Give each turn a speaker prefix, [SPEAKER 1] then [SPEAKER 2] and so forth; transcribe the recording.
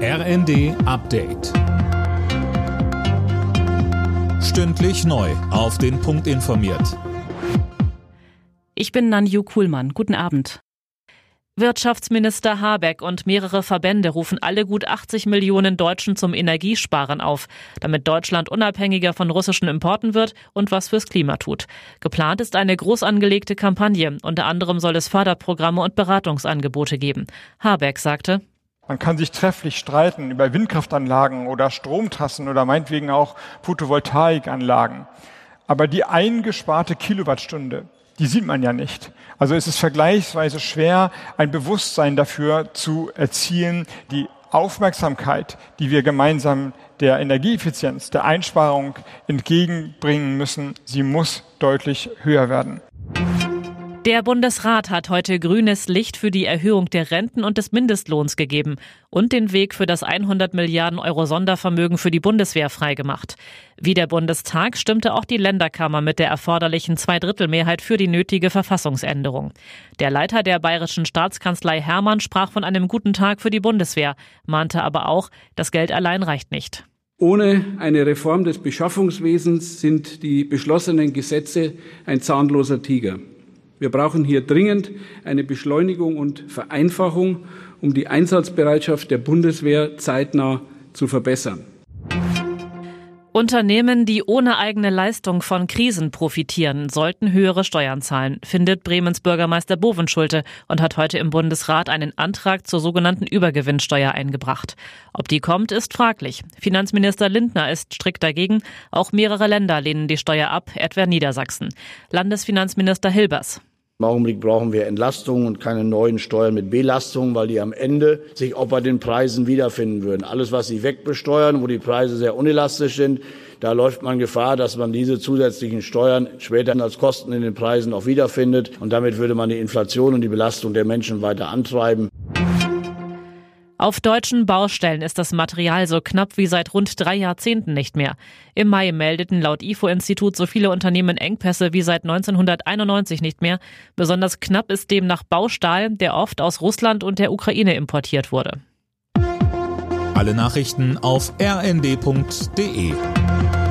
[SPEAKER 1] RND Update. Stündlich neu auf den Punkt informiert.
[SPEAKER 2] Ich bin Nanju Kuhlmann. Guten Abend. Wirtschaftsminister Habeck und mehrere Verbände rufen alle gut 80 Millionen Deutschen zum Energiesparen auf, damit Deutschland unabhängiger von russischen Importen wird und was fürs Klima tut. Geplant ist eine groß angelegte Kampagne. Unter anderem soll es Förderprogramme und Beratungsangebote geben. Habeck sagte:
[SPEAKER 3] Man kann sich trefflich streiten über Windkraftanlagen oder Stromtrassen oder meinetwegen auch Photovoltaikanlagen. Aber die eingesparte Kilowattstunde, die sieht man ja nicht. Also es ist vergleichsweise schwer, ein Bewusstsein dafür zu erzielen, die Aufmerksamkeit, die wir gemeinsam der Energieeffizienz, der Einsparung entgegenbringen müssen, sie muss deutlich höher werden.
[SPEAKER 2] Der Bundesrat hat heute grünes Licht für die Erhöhung der Renten und des Mindestlohns gegeben und den Weg für das 100 Milliarden Euro Sondervermögen für die Bundeswehr freigemacht. Wie der Bundestag stimmte auch die Länderkammer mit der erforderlichen Zweidrittelmehrheit für die nötige Verfassungsänderung. Der Leiter der Bayerischen Staatskanzlei Hermann sprach von einem guten Tag für die Bundeswehr, mahnte aber auch, das Geld allein reicht nicht.
[SPEAKER 4] Ohne eine Reform des Beschaffungswesens sind die beschlossenen Gesetze ein zahnloser Tiger. Wir brauchen hier dringend eine Beschleunigung und Vereinfachung, um die Einsatzbereitschaft der Bundeswehr zeitnah zu verbessern.
[SPEAKER 2] Unternehmen, die ohne eigene Leistung von Krisen profitieren, sollten höhere Steuern zahlen, findet Bremens Bürgermeister Bovenschulte und hat heute im Bundesrat einen Antrag zur sogenannten Übergewinnsteuer eingebracht. Ob die kommt, ist fraglich. Finanzminister Lindner ist strikt dagegen. Auch mehrere Länder lehnen die Steuer ab, etwa Niedersachsen. Landesfinanzminister Hilbers:
[SPEAKER 5] Im Augenblick brauchen wir Entlastungen und keine neuen Steuern mit Belastungen, weil die am Ende sich auch bei den Preisen wiederfinden würden. Alles, was sie wegbesteuern, wo die Preise sehr unelastisch sind, da läuft man Gefahr, dass man diese zusätzlichen Steuern später als Kosten in den Preisen auch wiederfindet. Und damit würde man die Inflation und die Belastung der Menschen weiter antreiben.
[SPEAKER 2] Auf deutschen Baustellen ist das Material so knapp wie seit rund 3 Jahrzehnten nicht mehr. Im Mai meldeten laut IFO-Institut so viele Unternehmen Engpässe wie seit 1991 nicht mehr. Besonders knapp ist demnach Baustahl, der oft aus Russland und der Ukraine importiert wurde.
[SPEAKER 1] Alle Nachrichten auf rnd.de.